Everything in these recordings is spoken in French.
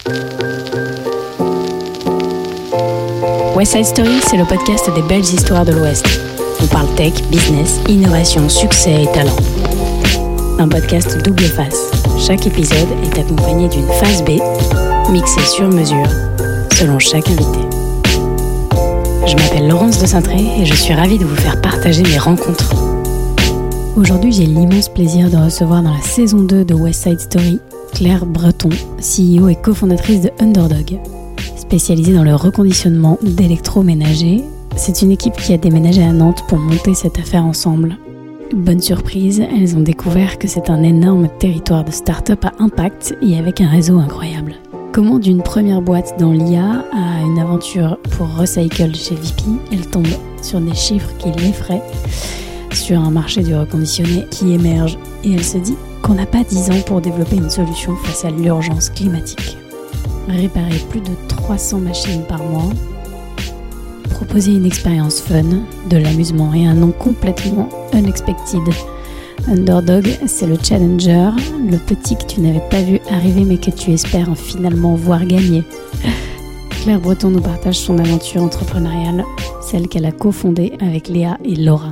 West Side Story, c'est le podcast des belles histoires de l'Ouest. On parle tech, business, innovation, succès et talent. Un podcast double face. Chaque épisode est accompagné d'une phase B, mixée sur mesure, selon chaque invité. Je m'appelle Laurence de Saintré et je suis ravie de vous faire partager mes rencontres. Aujourd'hui, j'ai l'immense plaisir de recevoir dans la saison 2 de West Side Story, Claire Breton, CEO et cofondatrice de Underdog. Spécialisée dans le reconditionnement d'électroménagers, c'est une équipe qui a déménagé à Nantes pour monter cette affaire ensemble. Bonne surprise, elles ont découvert que c'est un énorme territoire de start-up à impact et avec un réseau incroyable. Comment d'une première boîte dans l'IA à une aventure pour Recycle chez VP, elles tombent sur des chiffres qui l'effraient, sur un marché du reconditionné qui émerge et elle se dit qu'on n'a pas 10 ans pour développer une solution face à l'urgence climatique. Réparer plus de 300 machines par mois, proposer une expérience fun, de l'amusement et un nom complètement unexpected. Underdog, c'est le challenger, le petit que tu n'avais pas vu arriver mais que tu espères finalement voir gagner. Claire Breton nous partage son aventure entrepreneuriale, celle qu'elle a cofondée avec Léa et Laura.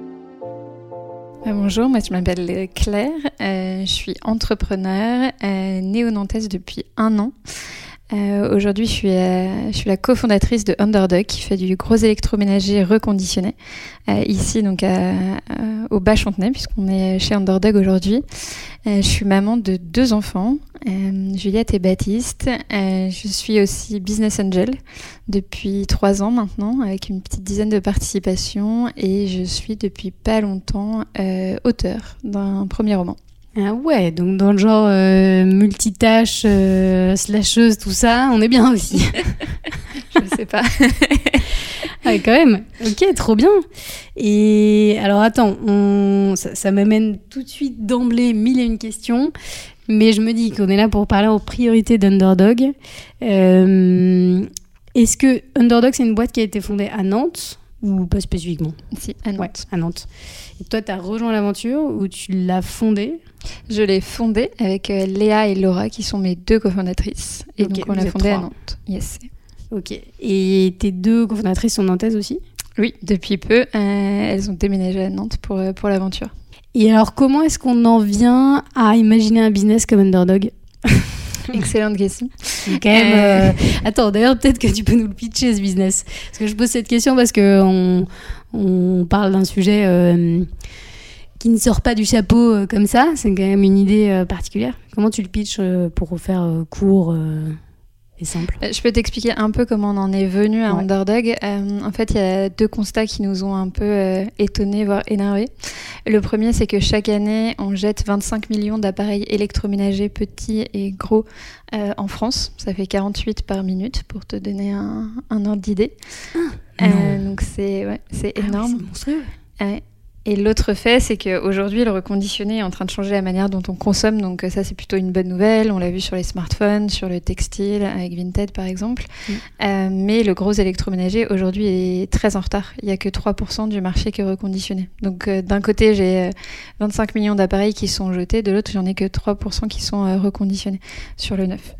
Bonjour, moi je m'appelle Claire, je suis entrepreneure, néo-nantaise depuis 1 an. Aujourd'hui, je suis la cofondatrice de Underdog qui fait du gros électroménager reconditionné ici donc au Bas-Chantenay puisqu'on est chez Underdog aujourd'hui. Je suis maman de 2 enfants, Juliette et Baptiste. Je suis aussi business angel depuis 3 ans maintenant avec une petite dizaine de participations et je suis depuis pas longtemps auteure d'un premier roman. Ah ouais, donc dans le genre multitâche, slasheuse, tout ça, on est bien aussi. Je sais pas. Ah, quand même. Ok, trop bien. Et alors attends, ça m'amène tout de suite d'emblée 1001 questions, mais je me dis qu'on est là pour parler aux priorités d'Underdog. Est-ce que Underdog, c'est une boîte qui a été fondée à Nantes ou pas spécifiquement ? Si, à Nantes. Ouais, à Nantes. Et toi, tu as rejoint l'aventure ou tu l'as fondée ? Je l'ai fondée avec Léa et Laura qui sont mes 2 cofondatrices. Et okay, donc on l'a fondée à Nantes. Yes. Ok. Et tes 2 cofondatrices sont nantaises aussi ? Oui, depuis peu. Elles ont déménagé à Nantes pour l'aventure. Et alors, comment est-ce qu'on en vient à imaginer un business comme Underdog ? Excellente question. Quand même, Attends, d'ailleurs, peut-être que tu peux nous le pitcher, ce business. Parce que je pose cette question parce qu'on parle d'un sujet qui ne sort pas du chapeau comme ça. C'est quand même une idée particulière. Comment tu le pitches pour faire court et simple ? Je peux t'expliquer un peu comment on en est venu à Underdog. En fait, il y a 2 constats qui nous ont un peu étonnés, voire énervés. Le premier, c'est que chaque année, on jette 25 millions d'appareils électroménagers petits et gros en France. Ça fait 48 par minute, pour te donner un ordre d'idée. Donc c'est énorme. Oui, c'est monstrueux. Et l'autre fait, c'est qu'aujourd'hui, le reconditionné est en train de changer la manière dont on consomme. Donc ça, c'est plutôt une bonne nouvelle. On l'a vu sur les smartphones, sur le textile, avec Vinted, par exemple. Mais le gros électroménager, aujourd'hui, est très en retard. Il n'y a que 3% du marché qui est reconditionné. Donc d'un côté, j'ai 25 millions d'appareils qui sont jetés. De l'autre, j'en ai que 3% qui sont reconditionnés sur le neuf.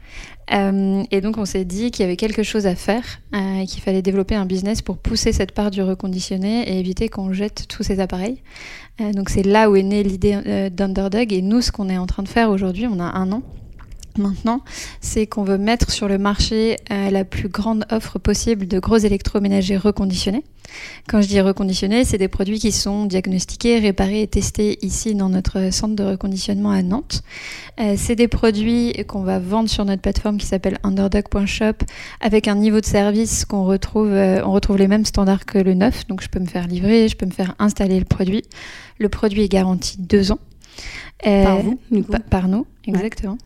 Et donc on s'est dit qu'il y avait quelque chose à faire et qu'il fallait développer un business pour pousser cette part du reconditionné et éviter qu'on jette tous ces appareils. Donc c'est là où est née l'idée d'Underdog. Et nous, ce qu'on est en train de faire aujourd'hui, on a 1 an maintenant, c'est qu'on veut mettre sur le marché la plus grande offre possible de gros électroménagers reconditionnés. Quand je dis reconditionnés, c'est des produits qui sont diagnostiqués, réparés et testés ici dans notre centre de reconditionnement à Nantes. C'est des produits qu'on va vendre sur notre plateforme qui s'appelle underdog.shop avec un niveau de service qu'on retrouve, on retrouve les mêmes standards que le neuf. Donc je peux me faire livrer, je peux me faire installer le produit. Le produit est garanti 2 ans. Par vous, du coup. Par nous, exactement.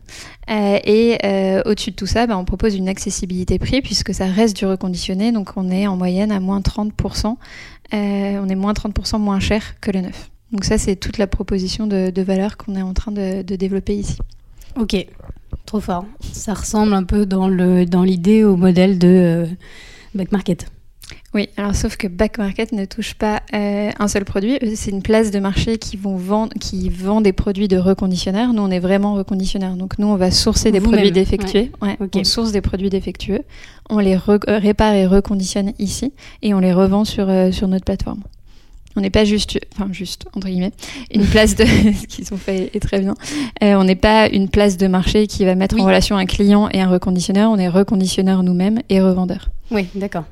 Et au-dessus de tout ça, on propose une accessibilité prix puisque ça reste du reconditionné. Donc on est en moyenne à moins 30%. On est moins 30% moins cher que le neuf. Donc ça, c'est toute la proposition de valeur qu'on est en train de développer ici. Ok, trop fort. Ça ressemble un peu dans l'idée au modèle de Back Market. Oui, alors sauf que Back Market ne touche pas un seul produit. C'est une place de marché qui vend des produits de reconditionneurs. Nous, on est vraiment reconditionneurs. Donc nous, on va sourcer des produits défectueux. Ouais. Ouais, okay. On source des produits défectueux. On les répare et reconditionne ici. Et on les revend sur notre plateforme. On n'est pas juste, entre guillemets, une place de... ce qu'ils ont fait est très bien. On n'est pas une place de marché qui va mettre en relation un client et un reconditionneur. On est reconditionneur nous-mêmes et revendeur. Oui, d'accord.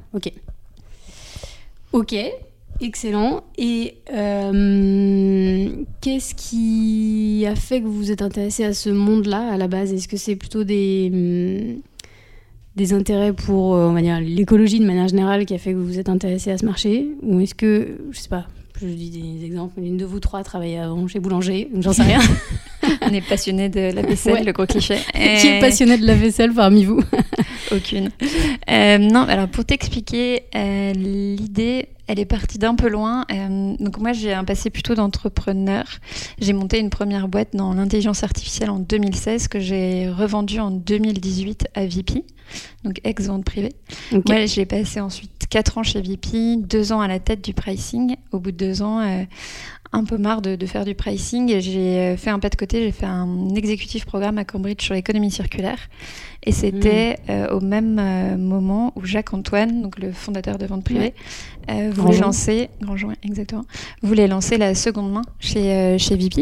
Ok, excellent. Et qu'est-ce qui a fait que vous vous êtes intéressé à ce monde-là, à la base ? Est-ce que c'est plutôt des intérêts pour, on va dire, l'écologie de manière générale qui a fait que vous vous êtes intéressé à ce marché ? Ou est-ce que, je sais pas, je dis des exemples, une de vous trois travaillait avant chez Boulanger, j'en sais rien. On est passionné de la vaisselle, le gros cliché. Qui est passionné de la vaisselle parmi vous ? Aucune. Non, alors pour t'expliquer, l'idée, elle est partie d'un peu loin. Donc moi, j'ai un passé plutôt d'entrepreneur. J'ai monté une première boîte dans l'intelligence artificielle en 2016 que j'ai revendue en 2018 à VP, donc ex-vente privée. Okay. Moi, j'ai passé ensuite 4 ans chez VP, 2 ans à la tête du pricing. Au bout de 2 ans, un peu marre de faire du pricing. Et j'ai fait un pas de côté, j'ai fait un exécutif programme à Cambridge sur l'économie circulaire. Et c'était au même moment où Jacques-Antoine, donc le fondateur de Vente Privée, voulait lancer la seconde main chez VP.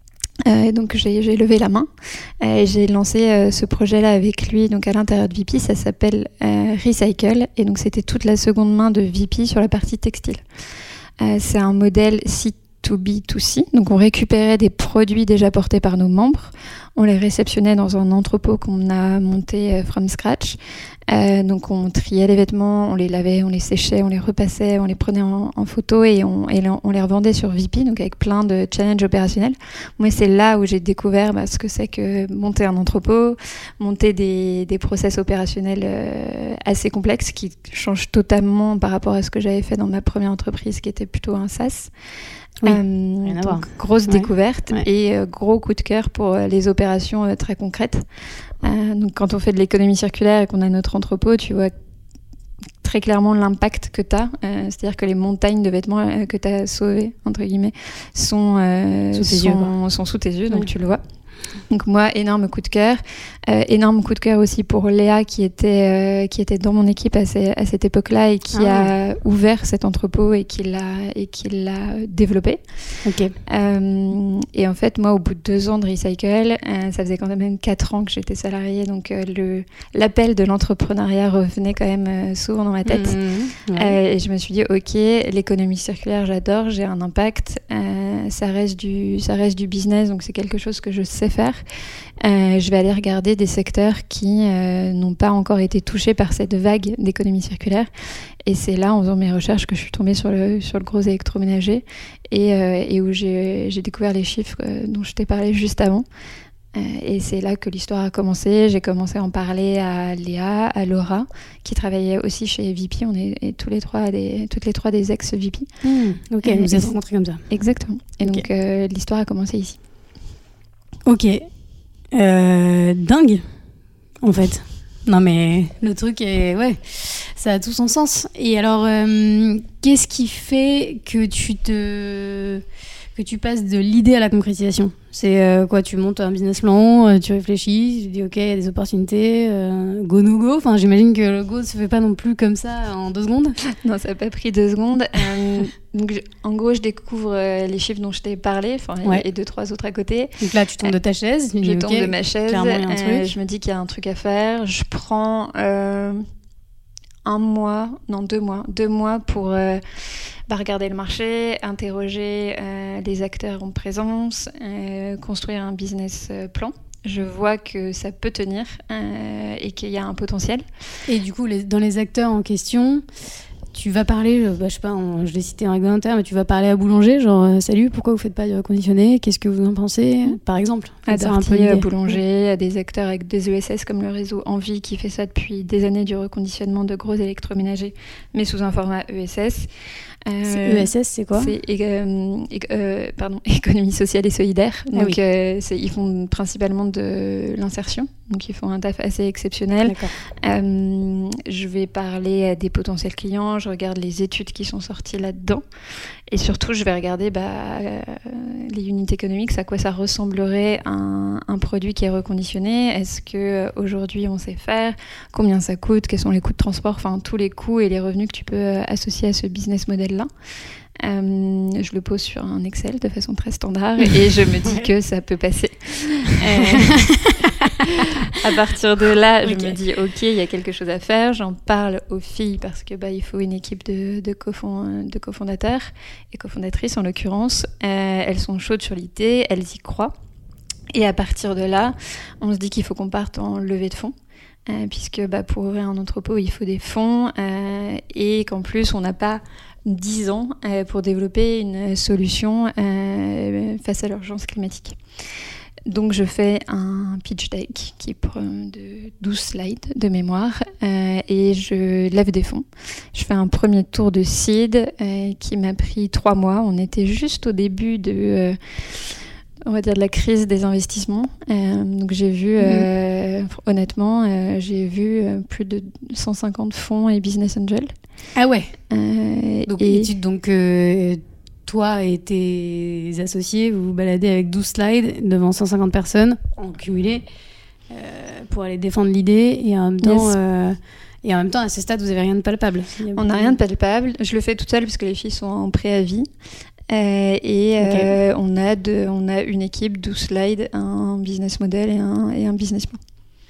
Donc j'ai levé la main et j'ai lancé ce projet-là avec lui donc à l'intérieur de VP. Ça s'appelle Recycle et donc c'était toute la seconde main de VP sur la partie textile. C'est un modèle C2B2C, donc on récupérait des produits déjà portés par nos membres, on les réceptionnait dans un entrepôt qu'on a monté from scratch. Donc on triait les vêtements, on les lavait, on les séchait, on les repassait, on les prenait en photo et on les revendait sur VP, donc avec plein de challenges opérationnels. Moi, c'est là où j'ai découvert ce que c'est que monter un entrepôt, monter des process opérationnels assez complexes qui changent totalement par rapport à ce que j'avais fait dans ma première entreprise qui était plutôt un SaaS. Oui, rien à voir. Grosse découverte et gros coup de cœur pour les opérations très concrètes. Donc quand on fait de l'économie circulaire et qu'on a notre entrepôt, tu vois très clairement l'impact que tu as. C'est-à-dire que les montagnes de vêtements que tu as sauvées, entre guillemets, sont sous tes yeux, donc tu le vois. Donc moi, énorme coup de cœur. Énorme coup de cœur aussi pour Léa qui était dans mon équipe à cette époque-là et qui a ouvert cet entrepôt et qui l'a développé. Okay. Et en fait, moi, au bout de 2 ans de Recycle, ça faisait quand même 4 ans que j'étais salariée, donc l'appel de l'entrepreneuriat revenait quand même souvent dans ma tête. Et je me suis dit, ok, l'économie circulaire, j'adore, j'ai un impact, ça reste du business, donc c'est quelque chose que je sais faire. Je vais aller regarder des secteurs qui n'ont pas encore été touchés par cette vague d'économie circulaire. Et c'est là, en faisant mes recherches, que je suis tombée sur le gros électroménager et où j'ai découvert les chiffres dont je t'ai parlé juste avant. Et c'est là que l'histoire a commencé. J'ai commencé à en parler à Léa, à Laura, qui travaillait aussi chez VP. On est toutes les trois des ex-VP. Ok, vous vous êtes rencontrés comme ça. Exactement. Et donc, l'histoire a commencé ici. Ok. Dingue, en fait. Non, mais le truc est... Ouais, ça a tout son sens. Et alors, qu'est-ce qui fait que tu passes de l'idée à la concrétisation ? C'est quoi, tu montes un business plan, tu réfléchis, tu dis ok, il y a des opportunités, go no go. Enfin, j'imagine que le go ne se fait pas non plus comme ça en 2 secondes. Non, ça n'a pas pris 2 secondes. Donc, en gros, je découvre les chiffres dont je t'ai parlé, et 2-3 autres à côté. Donc là, tu tombes de ta chaise. Je tombe de ma chaise. Clairement, il y a un truc. Je me dis qu'il y a un truc à faire. Je prends 2 mois pour regarder le marché, interroger les acteurs en présence, construire un business plan. Je vois que ça peut tenir et qu'il y a un potentiel. Et du coup, dans les acteurs en question, tu vas parler, je sais pas, je l'ai cité en réglementaire, mais tu vas parler à Boulanger, genre salut, pourquoi vous faites pas du reconditionné ? Qu'est-ce que vous en pensez ? Par exemple. À Darty, à Boulanger, à des acteurs avec des ESS comme le réseau Envie qui fait ça depuis des années du reconditionnement de gros électroménagers, mais sous un format ESS. ESS, c'est quoi ? C'est économie sociale et solidaire. Donc, ils font principalement de l'insertion, donc ils font un taf assez exceptionnel. Je vais parler à des potentiels clients, je regarde les études qui sont sorties là-dedans, et surtout je vais regarder les unit economics, à quoi ça ressemblerait un produit qui est reconditionné, est-ce qu'aujourd'hui on sait faire, combien ça coûte, quels sont les coûts de transport, enfin tous les coûts et les revenus que tu peux associer à ce business model-là. Je le pose sur un Excel de façon très standard et je me dis que ça peut passer. À partir de là, je me dis ok, il y a quelque chose à faire. J'en parle aux filles parce que il faut une équipe de cofondateurs et cofondatrices en l'occurrence. Elles sont chaudes sur l'idée, elles y croient. Et à partir de là, on se dit qu'il faut qu'on parte en levée de fonds. Puisque pour ouvrir un entrepôt, il faut des fonds et qu'en plus, on n'a pas 10 ans pour développer une solution face à l'urgence climatique. Donc, je fais un pitch deck qui prend de 12 slides de mémoire et je lève des fonds. Je fais un premier tour de seed qui m'a pris 3 mois. On était juste au début de... on va dire de la crise des investissements. Donc j'ai vu, honnêtement, j'ai vu plus de 150 fonds et business angels. Ah ouais. Donc toi et tes associés, vous vous baladez avec 12 slides devant 150 personnes en cumulé pour aller défendre l'idée et en même temps, à ce stade, vous n'avez rien de palpable. On n'a rien de palpable. Je le fais toute seule parce que les filles sont en préavis. On a une équipe, 12 slides, un business model et un business plan.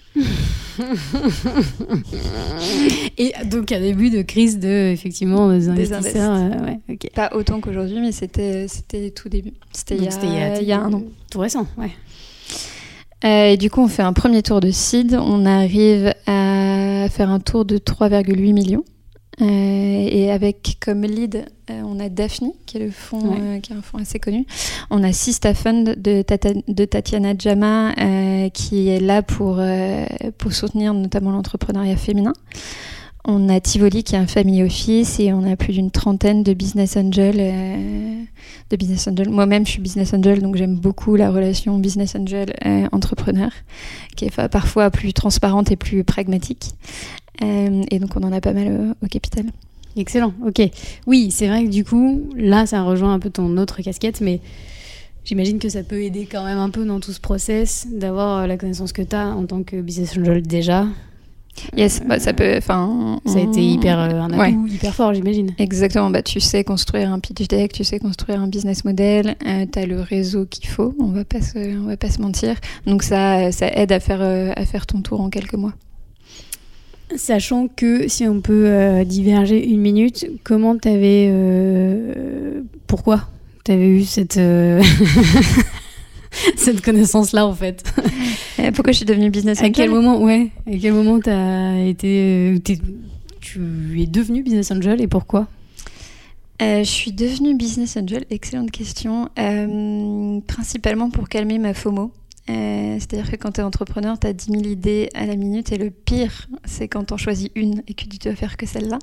Et donc un début de crise effectivement des investisseurs. Pas autant qu'aujourd'hui, mais c'était tout début. C'était il y a un an. Tout récent, ouais. Et du coup, on fait un premier tour de seed. On arrive à faire un tour de 3,8 millions. Et avec comme lead, on a Daphne, qui est qui est un fonds assez connu. On a Sista Fund de Tatiana Jama, qui est là pour soutenir notamment l'entrepreneuriat féminin. On a Tivoli, qui est un family office, et on a plus d'une trentaine de business angels. Moi-même, je suis business angel, donc j'aime beaucoup la relation business angel-entrepreneur, qui est parfois plus transparente et plus pragmatique. Et donc, on en a pas mal au capital. Excellent, ok. Oui, c'est vrai que du coup, là, ça rejoint un peu ton autre casquette, mais j'imagine que ça peut aider quand même un peu dans tout ce process d'avoir la connaissance que tu as en tant que business angel déjà. Yes, ça peut. Ça a été un atout hyper fort, j'imagine. Exactement. Tu sais construire un pitch deck, tu sais construire un business model, t'as le réseau qu'il faut. On va pas se mentir. Donc ça aide à faire ton tour en quelques mois. Sachant que si on peut diverger une minute, comment pourquoi t'avais eu cette cette connaissance-là en fait? Pourquoi je suis devenue business angel? À quel moment tu es devenue business angel et pourquoi? Je suis devenue business angel, excellente question. Principalement pour calmer ma FOMO. C'est-à-dire que quand tu es entrepreneur, tu as 10 000 idées à la minute et le pire, c'est quand tu en choisis une et que tu dois faire que celle-là.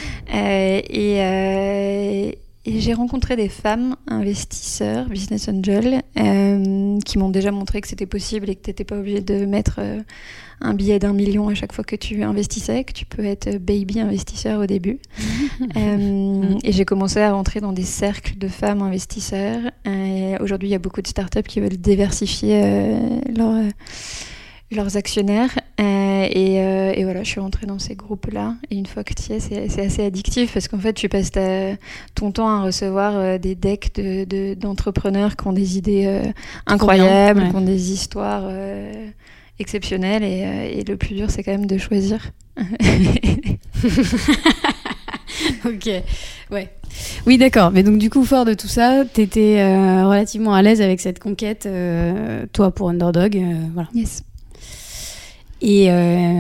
Et j'ai rencontré des femmes investisseurs, business angels, qui m'ont déjà montré que c'était possible et que tu n'étais pas obligé de mettre un billet d'1 million à chaque fois que tu investissais, que tu peux être baby investisseur au début. Et j'ai commencé à rentrer dans des cercles de femmes investisseurs. Et aujourd'hui, il y a beaucoup de startups qui veulent diversifier leurs actionnaires. Et voilà, je suis rentrée dans ces groupes-là. Et une fois que tu y es, c'est assez addictif parce qu'en fait, tu passes ton temps à recevoir des decks d'entrepreneurs qui ont des idées incroyables, qui ont des histoires exceptionnelles. Et le plus dur, c'est quand même de choisir. Ok, ouais. Oui, d'accord. Mais donc, du coup, fort de tout ça, t'étais relativement à l'aise avec cette conquête, toi, pour Underdog. Voilà. Yes. Et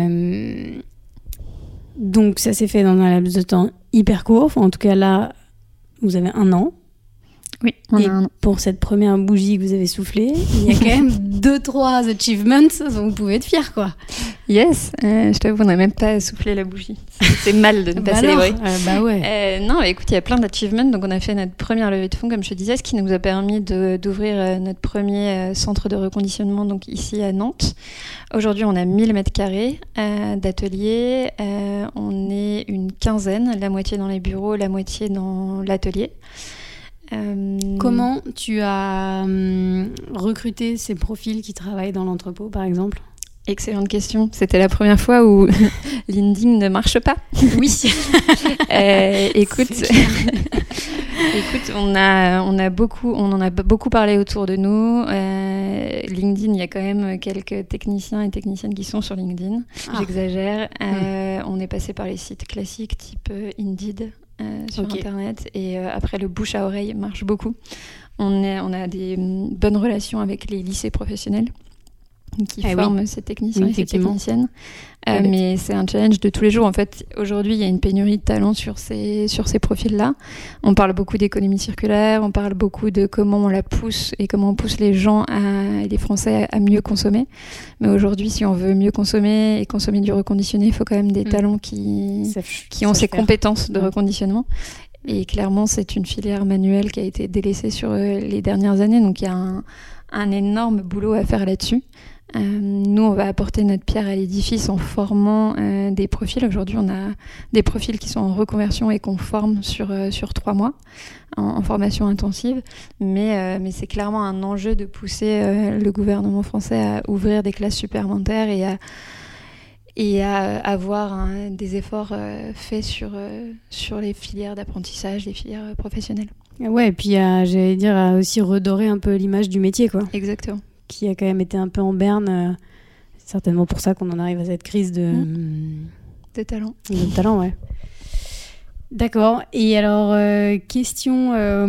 donc, ça s'est fait dans un laps de temps hyper court. Enfin, en tout cas, là, vous avez 1 an. Oui, on a 1 an. Pour cette première bougie que vous avez soufflée, il y a quand même 2-3 achievements dont vous pouvez être fiers, quoi. Yes, je t'avoue, on n'a même pas soufflé la bougie. C'est mal de ne pas célébrer. Bah ouais. Non, écoute, il y a plein d'achievements. Donc, on a fait notre première levée de fonds, comme je te disais, ce qui nous a permis d'ouvrir notre premier centre de reconditionnement, donc ici à Nantes. Aujourd'hui, on a 1000 mètres carrés d'ateliers. On est une quinzaine, la moitié dans les bureaux, la moitié dans l'atelier. Comment tu as recruté ces profils qui travaillent dans l'entrepôt, par exemple ? Excellente question. C'était la première fois où LinkedIn ne marche pas. Oui. Écoute, on en a beaucoup parlé autour de nous. LinkedIn, il y a quand même quelques techniciens et techniciennes qui sont sur LinkedIn. J'exagère. On est passé par les sites classiques type Indeed sur Internet. Et après, le bouche à oreille marche beaucoup. On a des bonnes relations avec les lycées professionnels qui forment ces techniciens et ces techniciennes. Mais c'est un challenge de tous les jours. En fait, aujourd'hui, il y a une pénurie de talents sur ces profils-là. On parle beaucoup d'économie circulaire, on parle beaucoup de comment on la pousse et comment on pousse les gens et les Français à mieux consommer. Mais aujourd'hui, si on veut mieux consommer et consommer du reconditionné, il faut quand même des talents qui ont ces compétences de reconditionnement. Et clairement, c'est une filière manuelle qui a été délaissée sur les dernières années. Donc, il y a un énorme boulot à faire là-dessus. Nous, on va apporter notre pierre à l'édifice en formant des profils. Aujourd'hui, on a des profils qui sont en reconversion et qu'on forme sur 3 mois en formation intensive. Mais c'est clairement un enjeu de pousser le gouvernement français à ouvrir des classes supplémentaires et à avoir des efforts faits sur les filières d'apprentissage, les filières professionnelles. Ouais, et puis j'allais dire aussi redorer un peu l'image du métier, quoi. Exactement. Qui a quand même été un peu en berne. C'est certainement pour ça qu'on en arrive à cette crise de talent. De talent, ouais. D'accord. Et alors, question à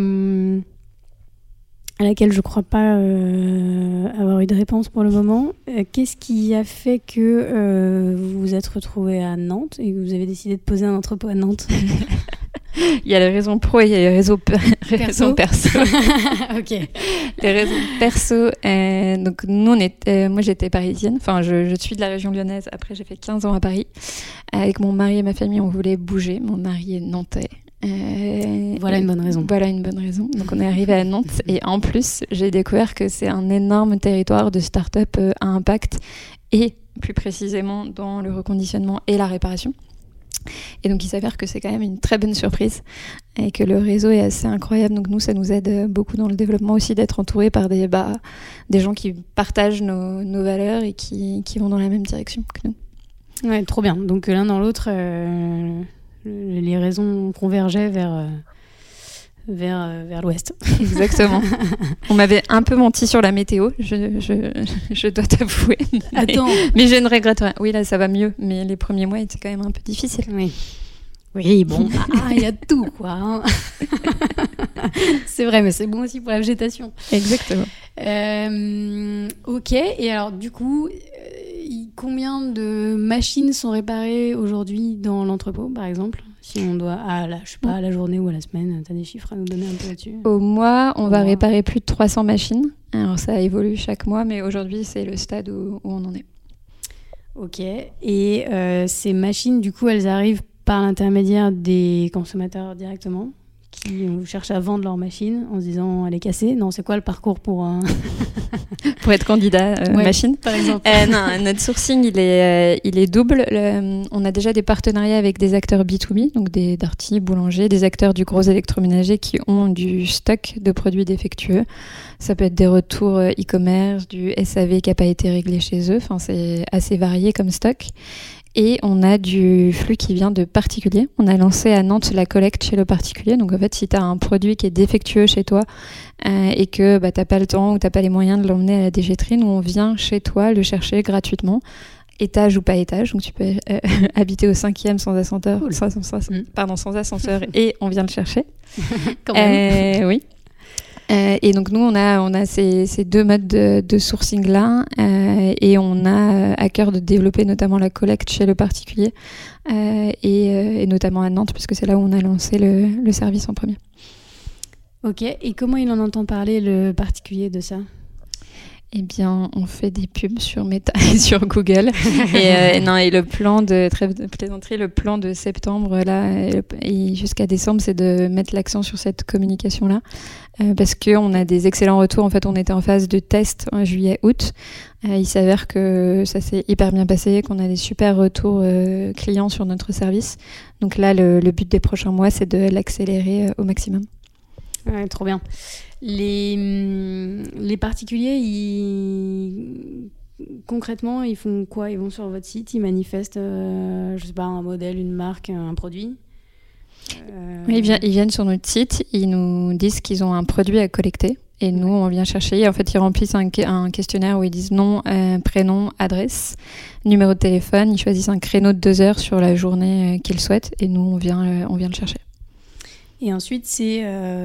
laquelle je ne crois pas avoir eu de réponse pour le moment. Qu'est-ce qui a fait que vous vous êtes retrouvés à Nantes et que vous avez décidé de poser un entrepôt à Nantes ? Il y a les raisons pro et il y a les raisons perso. Ok. Les raisons perso. Donc nous, moi j'étais parisienne. Enfin, je suis de la région lyonnaise. Après, j'ai fait 15 ans à Paris. Avec mon mari et ma famille, on voulait bouger. Mon mari est nantais. Voilà une bonne raison. Voilà une bonne raison. Donc on est arrivé à Nantes et en plus, j'ai découvert que c'est un énorme territoire de start-up à impact et plus précisément dans le reconditionnement et la réparation. Et donc il s'avère que c'est quand même une très bonne surprise et que le réseau est assez incroyable. Donc nous, ça nous aide beaucoup dans le développement aussi d'être entourés par des gens qui partagent nos valeurs et qui vont dans la même direction que nous. Ouais, trop bien. Donc l'un dans l'autre, les raisons convergeaient vers l'ouest. Exactement. On m'avait un peu menti sur la météo, je dois t'avouer. Mais je ne regrette rien. Oui, là, ça va mieux, mais les premiers mois étaient quand même un peu difficiles. Oui, bon, il y a tout, quoi. Hein. C'est vrai, mais c'est bon aussi pour la végétation. Exactement. Ok, et alors, du coup, combien de machines sont réparées aujourd'hui dans l'entrepôt, par exemple ? Si on doit, je sais pas, à la journée ou à la semaine, tu as des chiffres à nous donner un peu là-dessus ? Au mois, on va réparer plus de 300 machines. Alors ça évolue chaque mois, mais aujourd'hui, c'est le stade où on en est. Ok, et ces machines, du coup, elles arrivent par l'intermédiaire des consommateurs directement qui cherchent à vendre leur machine en se disant elle est cassée. Non, c'est quoi le parcours pour être candidat machine par exemple? Non, notre sourcing il est double. On a déjà des partenariats avec des acteurs B2B, donc des darty, boulangers, des acteurs du gros électroménager qui ont du stock de produits défectueux. Ça peut être des retours e-commerce, du SAV qui n'a pas été réglé chez eux. Enfin, c'est assez varié comme stock. Et on a du flux qui vient de particuliers. On a lancé à Nantes la collecte chez le particulier. Donc en fait, si tu as un produit qui est défectueux chez toi et que tu n'as pas le temps ou tu n'as pas les moyens de l'emmener à la déchetterie, nous on vient chez toi le chercher gratuitement, étage ou pas étage. Donc tu peux habiter au 5e sans ascenseur, sans ascenseur et on vient le chercher. Quand même. Oui. Et donc nous on a ces deux modes de sourcing là et on a à cœur de développer notamment la collecte chez le particulier et notamment à Nantes puisque c'est là où on a lancé le service en premier. Ok, et comment il en entend parler le particulier de ça ? Eh bien, on fait des pubs sur Meta et sur Google. Et le plan de trêve de plaisanterie, le plan de septembre là et jusqu'à décembre, c'est de mettre l'accent sur cette communication-là, parce qu'on a des excellents retours. En fait, on était en phase de test en juillet-août. Il s'avère que ça s'est hyper bien passé, qu'on a des super retours clients sur notre service. Donc là, le but des prochains mois, c'est de l'accélérer au maximum. Ouais, trop bien. Les particuliers, concrètement, ils font quoi? Ils vont sur votre site, ils manifestent, je sais pas, un modèle, une marque, un produit? Oui, ils viennent sur notre site, ils nous disent qu'ils ont un produit à collecter et nous, on vient chercher. Et en fait, ils remplissent un questionnaire où ils disent nom, prénom, adresse, numéro de téléphone. Ils choisissent un créneau de 2 heures sur la journée qu'ils souhaitent et nous, on vient le chercher. Et ensuite, c'est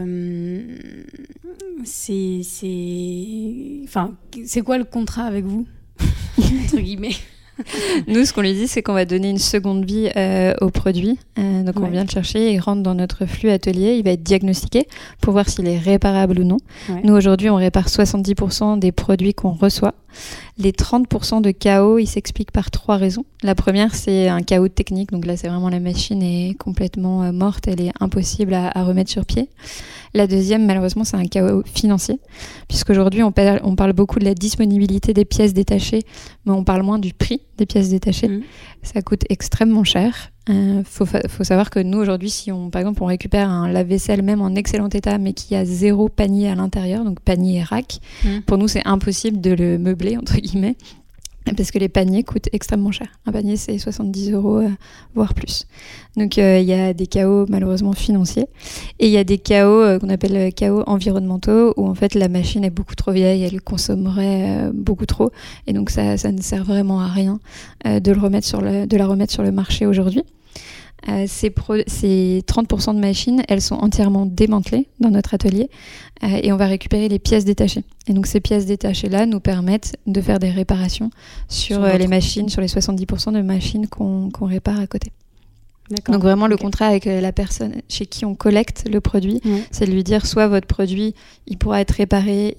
quoi le contrat avec vous, entre guillemets? Nous, ce qu'on lui dit, c'est qu'on va donner une seconde vie au produit. Donc, on vient le chercher, il rentre dans notre flux atelier, il va être diagnostiqué pour voir s'il est réparable ou non. Ouais. Nous, aujourd'hui, on répare 70% des produits qu'on reçoit. Les 30% de KO, ils s'expliquent par 3 raisons. La première, c'est un KO technique. Donc là, c'est vraiment la machine est complètement morte. Elle est impossible à remettre sur pied. La deuxième, malheureusement, c'est un KO financier. Puisqu'aujourd'hui, on parle beaucoup de la disponibilité des pièces détachées, mais on parle moins du prix des pièces détachées. Ça coûte extrêmement cher. Faut savoir que nous, aujourd'hui, si par exemple, on récupère un lave-vaisselle même en excellent état, mais qui a 0 panier à l'intérieur, donc panier et rack, pour nous, c'est impossible de le meubler, entre guillemets, parce que les paniers coûtent extrêmement cher. Un panier, c'est 70 €, voire plus. Donc, il y a des KO malheureusement financiers. Et il y a des KO qu'on appelle KO environnementaux, où en fait, la machine est beaucoup trop vieille, elle consommerait beaucoup trop. Et donc, ça ne sert vraiment à rien de la remettre sur le marché aujourd'hui. Ces 30% de machines, elles sont entièrement démantelées dans notre atelier et on va récupérer les pièces détachées. Et donc ces pièces détachées-là nous permettent de faire des réparations sur les machines, sur les 70% de machines qu'on répare à côté. D'accord. Donc vraiment le contrat avec la personne chez qui on collecte le produit, c'est de lui dire soit votre produit, il pourra être réparé,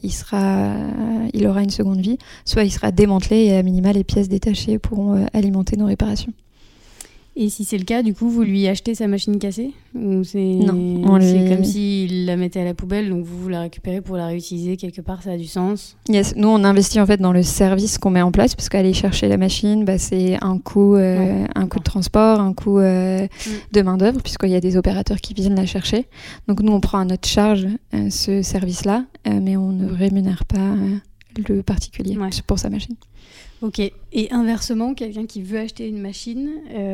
il aura une seconde vie, soit il sera démantelé et à minima les pièces détachées pourront alimenter nos réparations. Et si c'est le cas, du coup, vous lui achetez sa machine cassée? Ou c'est comme s'il la mettait à la poubelle, donc vous la récupérez pour la réutiliser quelque part, ça a du sens? Yes, nous on investit en fait dans le service qu'on met en place, parce qu'aller chercher la machine, c'est un coût de transport, un coût de main d'œuvre, puisqu'il y a des opérateurs qui viennent la chercher. Donc nous on prend à notre charge ce service-là, mais on ne rémunère pas le particulier pour sa machine. Ok. Et inversement, quelqu'un qui veut acheter une machine,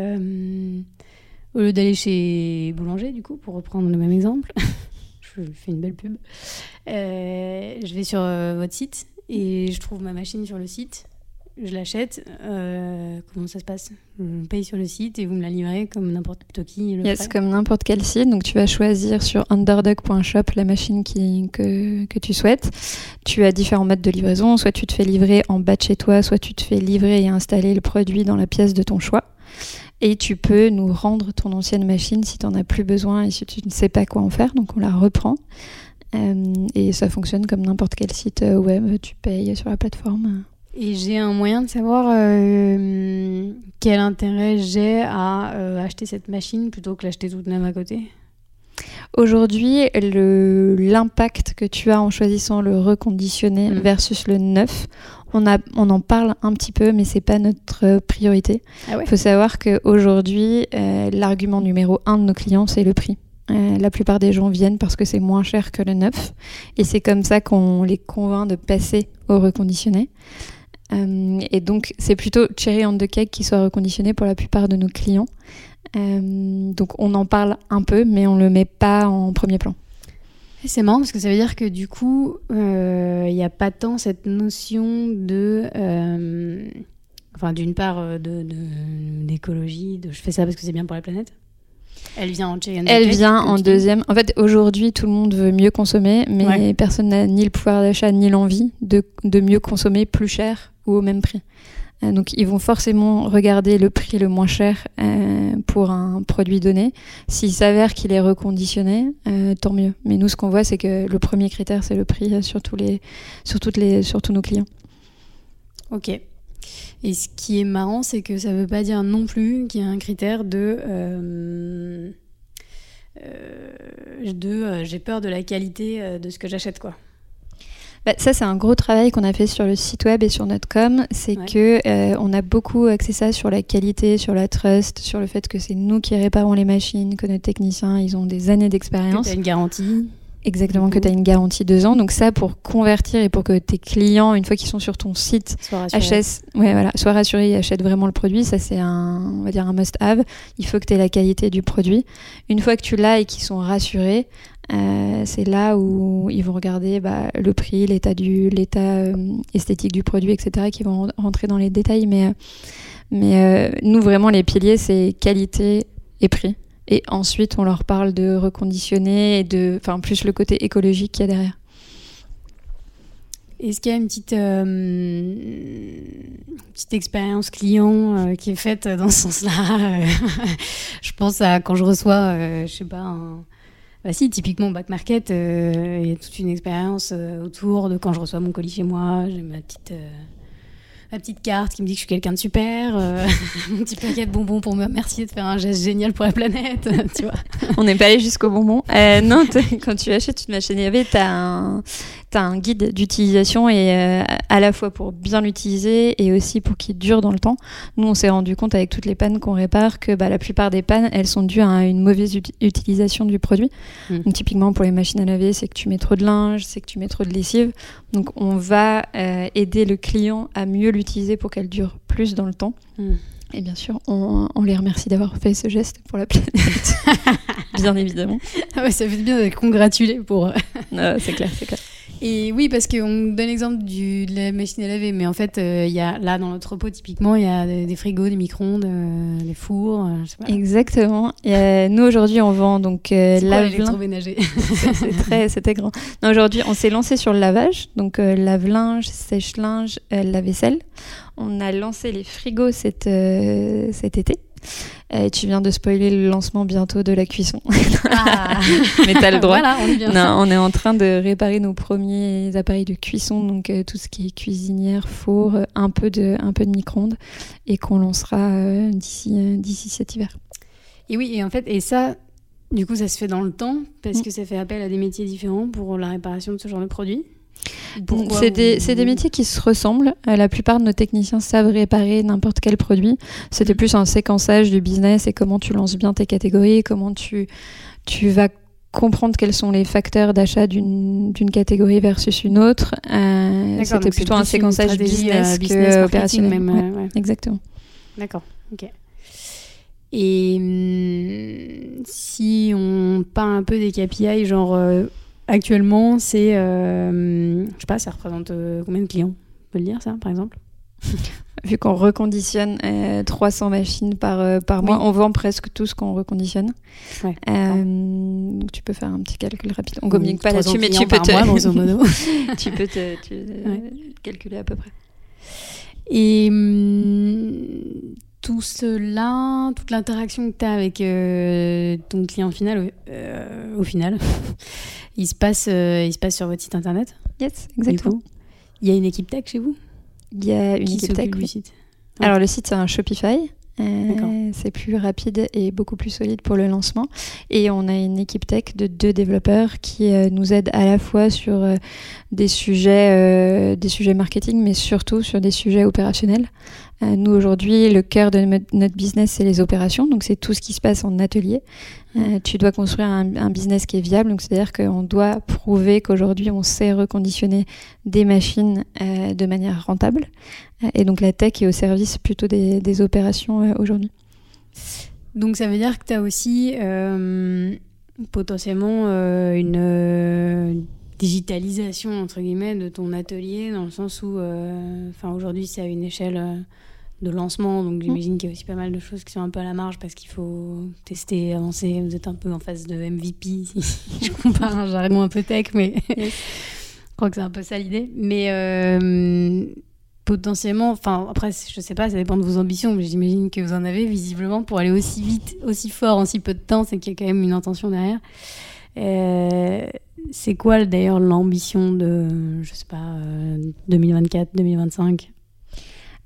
au lieu d'aller chez Boulanger, du coup, pour reprendre le même exemple, je fais une belle pub, je vais sur votre site et je trouve ma machine sur le site, je l'achète. Comment ça se passe? Je paye sur le site et vous me la livrez comme n'importe qui le ferait? Comme n'importe quel site. Donc tu vas choisir sur underdog.shop la machine que tu souhaites. Tu as différents modes de livraison. Soit tu te fais livrer en bas de chez toi, soit tu te fais livrer et installer le produit dans la pièce de ton choix. Et tu peux nous rendre ton ancienne machine si tu n'en as plus besoin et si tu ne sais pas quoi en faire. Donc on la reprend. Et ça fonctionne comme n'importe quel site web. Tu payes sur la plateforme. Et j'ai un moyen de savoir quel intérêt j'ai à acheter cette machine plutôt que l'acheter toute neuve à côté? Aujourd'hui, l'impact que tu as en choisissant le reconditionné versus le neuf, on en parle un petit peu, mais c'est pas notre priorité. Il faut savoir qu'aujourd'hui, l'argument numéro 1 de nos clients, c'est le prix. La plupart des gens viennent parce que c'est moins cher que le neuf. Et c'est comme ça qu'on les convainc de passer au reconditionné. Et donc, c'est plutôt cherry on the cake qui soit reconditionné pour la plupart de nos clients. Donc, on en parle un peu, mais on ne le met pas en premier plan. Et c'est marrant parce que ça veut dire que du coup, il n'y a pas tant cette notion de... d'une part, d'écologie, je fais ça parce que c'est bien pour la planète. Elle vient en cherry on the cake. Elle vient en deuxième. En fait, aujourd'hui, tout le monde veut mieux consommer, mais personne n'a ni le pouvoir d'achat ni l'envie de mieux consommer plus cher ou au même prix. Donc, ils vont forcément regarder le prix le moins cher pour un produit donné. S'il s'avère qu'il est reconditionné, tant mieux. Mais nous, ce qu'on voit, c'est que le premier critère, c'est le prix sur tous nos clients. Ok. Et ce qui est marrant, c'est que ça veut pas dire non plus qu'il y a un critère de j'ai peur de la qualité de ce que j'achète, quoi. Ça, c'est un gros travail qu'on a fait sur le site web et sur notre com. C'est que on a beaucoup axé ça sur la qualité, sur la trust, sur le fait que c'est nous qui réparons les machines, que nos techniciens, ils ont des années d'expérience. Que tu as une garantie. Exactement, que tu as une garantie 2 ans. Donc ça, pour convertir et pour que tes clients, une fois qu'ils sont sur ton site, soient rassurés et achètent vraiment le produit, ça c'est on va dire un must-have. Il faut que tu aies la qualité du produit. Une fois que tu l'as et qu'ils sont rassurés, c'est là où ils vont regarder le prix, l'état esthétique du produit, etc., qui vont rentrer dans les détails. Mais nous, vraiment, les piliers, c'est qualité et prix. Et ensuite, on leur parle de reconditionner et plus le côté écologique qu'il y a derrière. Est-ce qu'il y a une petite expérience client qui est faite dans ce sens-là Je pense à quand je reçois, typiquement Back Market, il y a toute une expérience autour de quand je reçois mon colis chez moi, j'ai ma petite carte qui me dit que je suis quelqu'un de super, mon petit paquet de bonbons pour me remercier de faire un geste génial pour la planète, tu vois. On n'est pas allé jusqu'au bonbon. Non, quand tu achètes une machine à laver, t'as un guide d'utilisation et à la fois pour bien l'utiliser et aussi pour qu'il dure dans le temps. Nous, on s'est rendu compte avec toutes les pannes qu'on répare que la plupart des pannes, elles sont dues à une mauvaise utilisation du produit. Donc typiquement pour les machines à laver, c'est que tu mets trop de linge, c'est que tu mets trop de lessive. Donc on va aider le client à mieux l'utiliser pour qu'elle dure plus dans le temps. Et bien sûr, on les remercie d'avoir fait ce geste pour la planète. Bien évidemment. Ah ouais, ça fait bien de congratuler pour... c'est clair. Et oui, parce qu'on donne l'exemple de la machine à laver, mais en fait, il y a, là, dans l'entrepôt, typiquement, il y a des frigos, des micro-ondes, des fours, je sais pas. Exactement. Et, nous, aujourd'hui, on vend donc lave-linge. L'électroménager. C'était grand. Non, aujourd'hui, on s'est lancé sur le lavage, donc lave-linge, sèche-linge, lave-vaisselle. On a lancé les frigos cet été. Et tu viens de spoiler le lancement bientôt de la cuisson. Mais t'as le droit. Voilà, on est bien. Non, on est en train de réparer nos premiers appareils de cuisson, donc tout ce qui est cuisinière, four, un peu de micro-ondes, et qu'on lancera d'ici cet hiver. Et oui, et en fait, et ça, du coup, ça se fait dans le temps, parce que ça fait appel à des métiers différents pour la réparation de ce genre de produits. C'est des métiers qui se ressemblent. La plupart de nos techniciens savent réparer n'importe quel produit. C'était plus un séquençage du business et comment tu lances bien tes catégories, comment tu vas comprendre quels sont les facteurs d'achat d'une catégorie versus une autre. C'était plutôt un séquençage business que opérationnel. Même, ouais. Exactement. D'accord, ok. Et si on parle un peu des KPI, genre... actuellement, c'est, je sais pas, ça représente combien de clients ? On peut le dire, ça, par exemple ? Vu qu'on reconditionne 300 machines par mois, on vend presque tout ce qu'on reconditionne. Ouais, donc tu peux faire un petit calcul rapide. On communique pas là-dessus, mais tu peux tu peux calculer à peu près. Et tout cela, toute l'interaction que tu as avec ton client final, au final, il se passe sur votre site internet ? Yes, exactement. Il y a une équipe tech chez vous ? Il y a une équipe tech. Du site. Alors le site, c'est un Shopify. C'est plus rapide et beaucoup plus solide pour le lancement. Et on a une équipe tech de 2 développeurs qui nous aident à la fois sur des sujets marketing, mais surtout sur des sujets opérationnels. Nous, aujourd'hui, le cœur de notre business, c'est les opérations. Donc, c'est tout ce qui se passe en atelier. Tu dois construire un business qui est viable. Donc, c'est-à-dire qu'on doit prouver qu'aujourd'hui, on sait reconditionner des machines de manière rentable. Et donc, la tech est au service plutôt des opérations aujourd'hui. Donc, ça veut dire que tu as aussi potentiellement une digitalisation, entre guillemets, de ton atelier, dans le sens où aujourd'hui, c'est à une échelle... de lancement, donc j'imagine qu'il y a aussi pas mal de choses qui sont un peu à la marge parce qu'il faut tester, avancer. Vous êtes un peu en phase de MVP, si je compare un jargon un peu tech, mais je crois que c'est un peu ça l'idée. Mais potentiellement, après, je sais pas, ça dépend de vos ambitions, mais j'imagine que vous en avez visiblement pour aller aussi vite, aussi fort en si peu de temps, c'est qu'il y a quand même une intention derrière. C'est quoi d'ailleurs l'ambition de, je sais pas, 2024, 2025 ?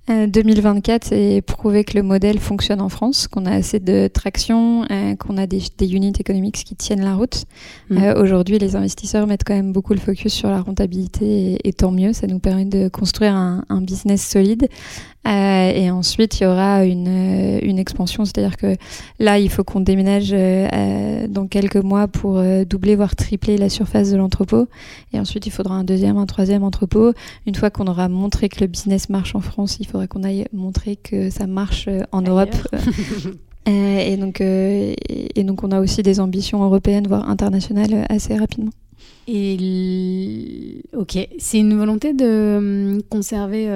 2024, c'est prouver que le modèle fonctionne en France, qu'on a assez de traction, qu'on a des units économiques qui tiennent la route. Aujourd'hui, les investisseurs mettent quand même beaucoup le focus sur la rentabilité et tant mieux, ça nous permet de construire un business solide. Et ensuite, il y aura une expansion, c'est-à-dire que là, il faut qu'on déménage dans quelques mois pour doubler, voire tripler la surface de l'entrepôt. Et ensuite, il faudra un deuxième, un troisième entrepôt. Une fois qu'on aura montré que le business marche en France, il faudra qu'on aille montrer que ça marche en Europe. Et donc, on a aussi des ambitions européennes, voire internationales, assez rapidement. Ok, c'est une volonté de conserver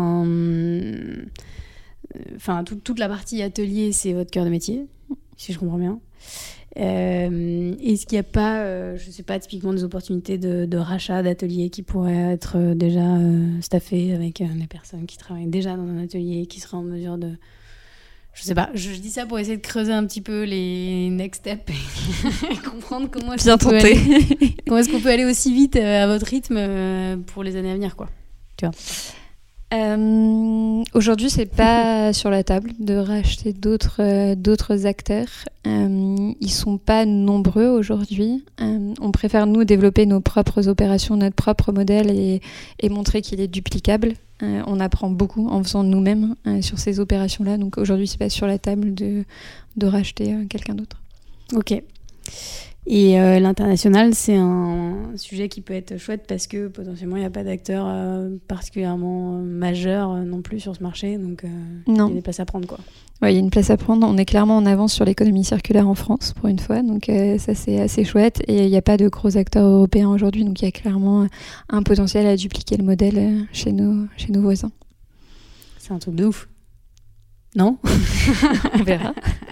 toute la partie atelier, c'est votre cœur de métier, si je comprends bien. Est-ce qu'il n'y a pas, je sais pas, typiquement des opportunités de rachat d'ateliers qui pourraient être déjà staffés avec des personnes qui travaillent déjà dans un atelier, qui seraient en mesure de... Je sais pas, je dis ça pour essayer de creuser un petit peu les next steps et comprendre comment est-ce qu'on peut aller aussi vite à votre rythme pour les années à venir, quoi. Tu vois. Aujourd'hui, c'est pas sur la table de racheter d'autres acteurs. Ils sont pas nombreux aujourd'hui. On préfère nous développer nos propres opérations, notre propre modèle et montrer qu'il est duplicable. On apprend beaucoup en faisant nous-mêmes sur ces opérations-là. Donc aujourd'hui, c'est pas sur la table de racheter quelqu'un d'autre. Ok. Et l'international, c'est un sujet qui peut être chouette parce que potentiellement, il n'y a pas d'acteurs particulièrement majeurs non plus sur ce marché. Donc, il y a des places à prendre, quoi. Oui, il y a une place à prendre. On est clairement en avance sur l'économie circulaire en France, pour une fois. Donc, ça, c'est assez chouette. Et il n'y a pas de gros acteurs européens aujourd'hui. Donc, il y a clairement un potentiel à dupliquer le modèle chez nos voisins. C'est un truc de ouf. Non? On verra.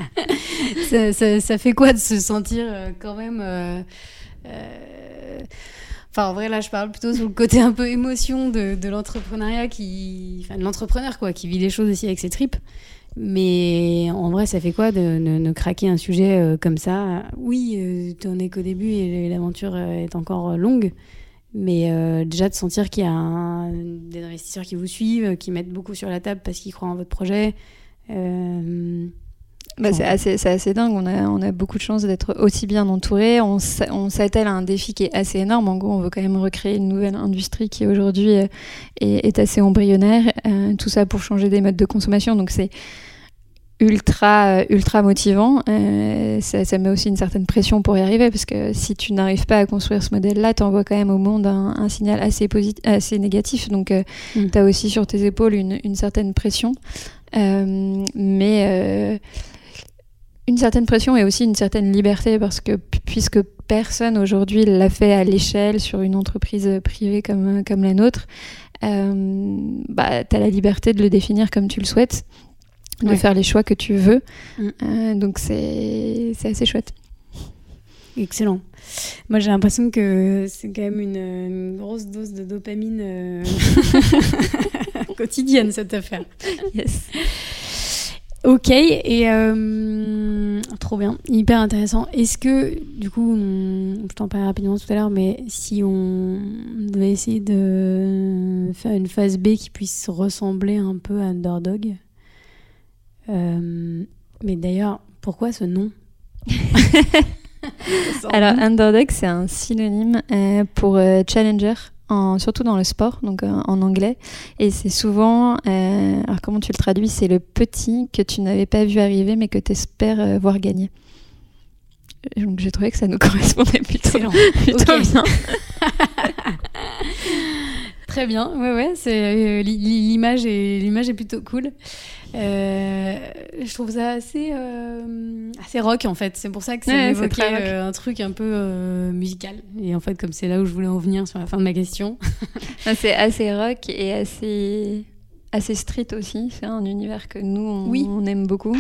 Ça fait quoi de se sentir quand même... Enfin, en vrai, là, je parle plutôt sur le côté un peu émotion de l'entrepreneuriat de l'entrepreneur, quoi, qui vit les choses aussi avec ses tripes. Mais en vrai, ça fait quoi de craquer un sujet comme ça? Oui, t'en es qu'au début et l'aventure est encore longue. Mais déjà de sentir qu'il y a des investisseurs qui vous suivent, qui mettent beaucoup sur la table parce qu'ils croient en votre projet... c'est assez dingue. On a beaucoup de chance d'être aussi bien entourés. On s'attelle à un défi qui est assez énorme. En gros, on veut quand même recréer une nouvelle industrie qui aujourd'hui est assez embryonnaire. Tout ça pour changer des modes de consommation. Donc c'est ultra motivant. Ça met aussi une certaine pression pour y arriver parce que si tu n'arrives pas à construire ce modèle-là, t'envoies quand même au monde un signal assez négatif. Donc t'as aussi sur tes épaules une certaine pression. Mais une certaine pression et aussi une certaine liberté parce que puisque personne aujourd'hui l'a fait à l'échelle sur une entreprise privée comme la nôtre, t'as la liberté de le définir comme tu le souhaites, de faire les choix que tu veux. Donc c'est assez chouette. Excellent. Moi, j'ai l'impression que c'est quand même une grosse dose de dopamine quotidienne, cette affaire. Yes. Ok, et trop bien, hyper intéressant. Est-ce que, du coup, je t'en parlais rapidement tout à l'heure, mais si on devait essayer de faire une phase B qui puisse ressembler un peu à Underdog, mais d'ailleurs, pourquoi ce nom? Alors, Underdog, c'est un synonyme pour challenger, surtout dans le sport, donc en anglais. Et c'est souvent, alors comment tu le traduis? C'est le petit que tu n'avais pas vu arriver, mais que tu espères voir gagner. Donc, j'ai trouvé que ça nous correspondait plutôt bien. Très bien, ouais, c'est l'image est plutôt cool. Je trouve ça assez rock en fait. C'est pour ça que ça m'évoquait un truc un peu musical. Et en fait, comme c'est là où je voulais en venir sur la fin de ma question. C'est assez rock et assez street aussi. C'est un univers que nous on aime beaucoup.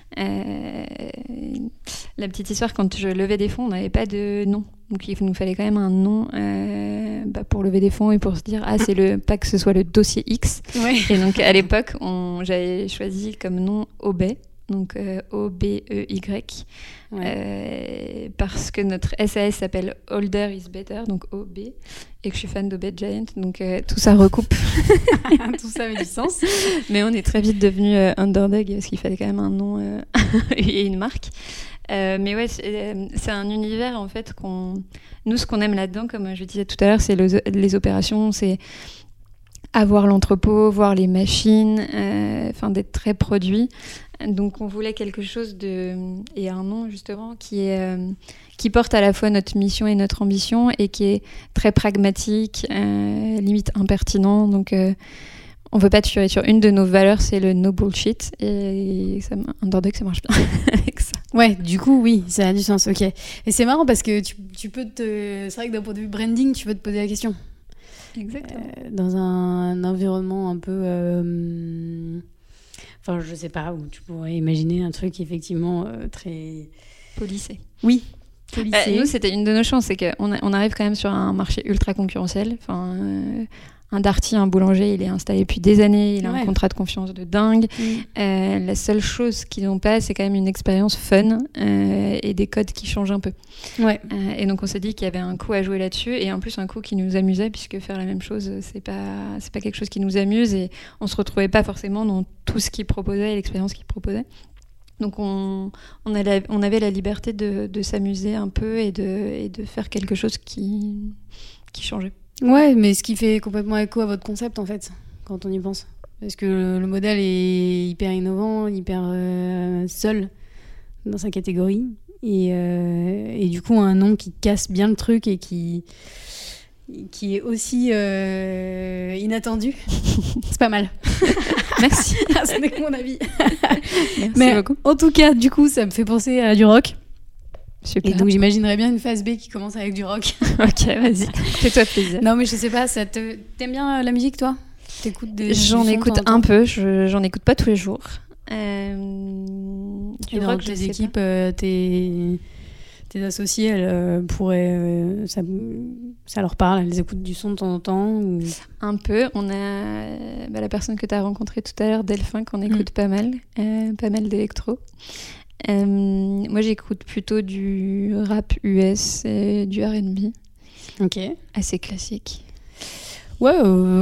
La petite histoire, quand je levais des fonds, on n'avait pas de nom. Donc il nous fallait quand même un nom pour lever des fonds et pour se dire pas que ce soit le dossier X. Ouais. Et donc à l'époque, j'avais choisi comme nom Obey. donc OBEY, parce que notre SAS s'appelle Older is Better, donc OB, et que je suis fan d'Obed Giant, donc tout ça recoupe. Tout ça avait du sens. Mais on est très vite devenu Underdog, parce qu'il fallait quand même un nom et une marque. Mais ouais, c'est un univers en fait nous, ce qu'on aime là-dedans, comme je disais tout à l'heure, c'est les opérations, c'est avoir l'entrepôt, voir les machines, d'être très produit. Donc on voulait quelque chose et un nom justement qui porte à la fois notre mission et notre ambition et qui est très pragmatique, limite impertinent. Donc on veut pas tuer sur une de nos valeurs, c'est le no bullshit, et Underdog, ça marche bien avec ça. Ouais, du coup, oui, ça a du sens, ok. Et c'est marrant parce que tu peux c'est vrai que d'un point de vue branding, tu peux te poser la question. Exactement. Dans un environnement un peu... Enfin, je sais pas, où tu pourrais imaginer un truc effectivement très... Policé. Oui, policé. Nous, c'était une de nos chances, c'est qu'on arrive quand même sur un marché ultra concurrentiel. Un Darty, un boulanger, il est installé depuis des années, il a un contrat de confiance de dingue. La seule chose qu'ils n'ont pas, c'est quand même une expérience fun et des codes qui changent un peu. Ouais. Et donc on s'est dit qu'il y avait un coup à jouer là-dessus, et en plus un coup qui nous amusait, puisque faire la même chose, c'est pas quelque chose qui nous amuse, et on se retrouvait pas forcément dans tout ce qu'ils proposaient et l'expérience qu'ils proposaient. Donc on avait la liberté de s'amuser un peu et de faire quelque chose qui changeait. Ouais, mais ce qui fait complètement écho à votre concept en fait, quand on y pense. Parce que le modèle est hyper innovant, hyper seul dans sa catégorie. Et du coup, un nom qui casse bien le truc et qui est aussi inattendu. C'est pas mal. Merci. Ce n'est que mon avis. Merci beaucoup. En tout cas, du coup, ça me fait penser à du rock. Super. Et donc j'imaginerais bien une phase B qui commence avec du rock. Ok, vas-y, fais-toi plaisir. Non mais je sais pas, t'aimes bien la musique toi ? T'écoutes J'en écoute un peu, j'en écoute pas tous les jours. Et donc tes équipes, tes associés, elles pourraient, ça leur parle, elles écoutent du son de temps en temps ou... Un peu, on a la personne que tu as rencontrée tout à l'heure, Delphin, qu'on écoute pas mal d'électro. Moi j'écoute plutôt du rap US et du R&B. Ok. Assez classique. Ouais,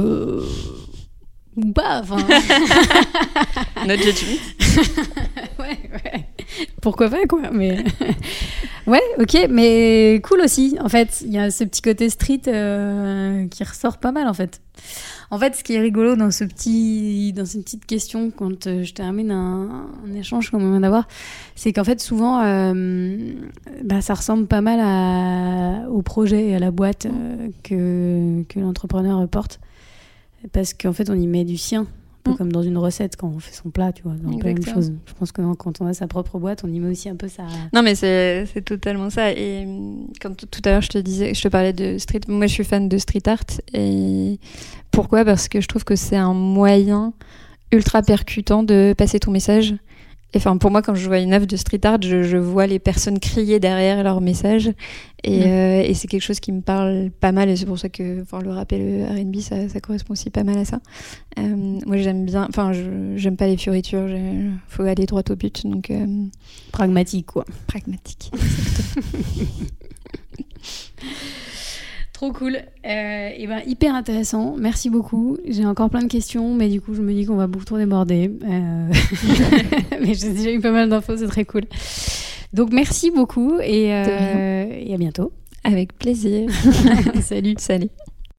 ou pas, enfin. Not judgment. ouais. Pourquoi pas, quoi, mais... Ouais, ok, mais cool aussi. En fait, il y a ce petit côté street qui ressort pas mal, en fait. En fait, ce qui est rigolo dans cette petite question, quand je termine un échange comme on vient d'avoir, c'est qu'en fait, souvent, ça ressemble pas mal au projet et à la boîte que l'entrepreneur porte. Parce qu'en fait, on y met du sien. Un peu comme dans une recette, quand on fait son plat, tu vois. C'est un peu la même chose. Je pense que quand on a sa propre boîte, on y met aussi un peu sa... Non, mais c'est totalement ça. Et quand tout à l'heure, je te parlais de street. Moi, je suis fan de street art. Et pourquoi ? Parce que je trouve que c'est un moyen ultra percutant de passer ton message. Et pour moi, quand je vois une œuvre de street art, je vois les personnes crier derrière leur message. Et c'est quelque chose qui me parle pas mal. Et c'est pour ça que le rap et le R&B, ça correspond aussi pas mal à ça. Moi, j'aime bien... j'aime pas les fioritures. Faut aller droit au but. Donc, pragmatique, quoi. Pragmatique. Trop cool. Hyper intéressant. Merci beaucoup. J'ai encore plein de questions, mais du coup, je me dis qu'on va beaucoup trop déborder. Mais j'ai déjà eu pas mal d'infos, c'est très cool. Donc, merci beaucoup et à bientôt. Avec plaisir. Salut. Salut.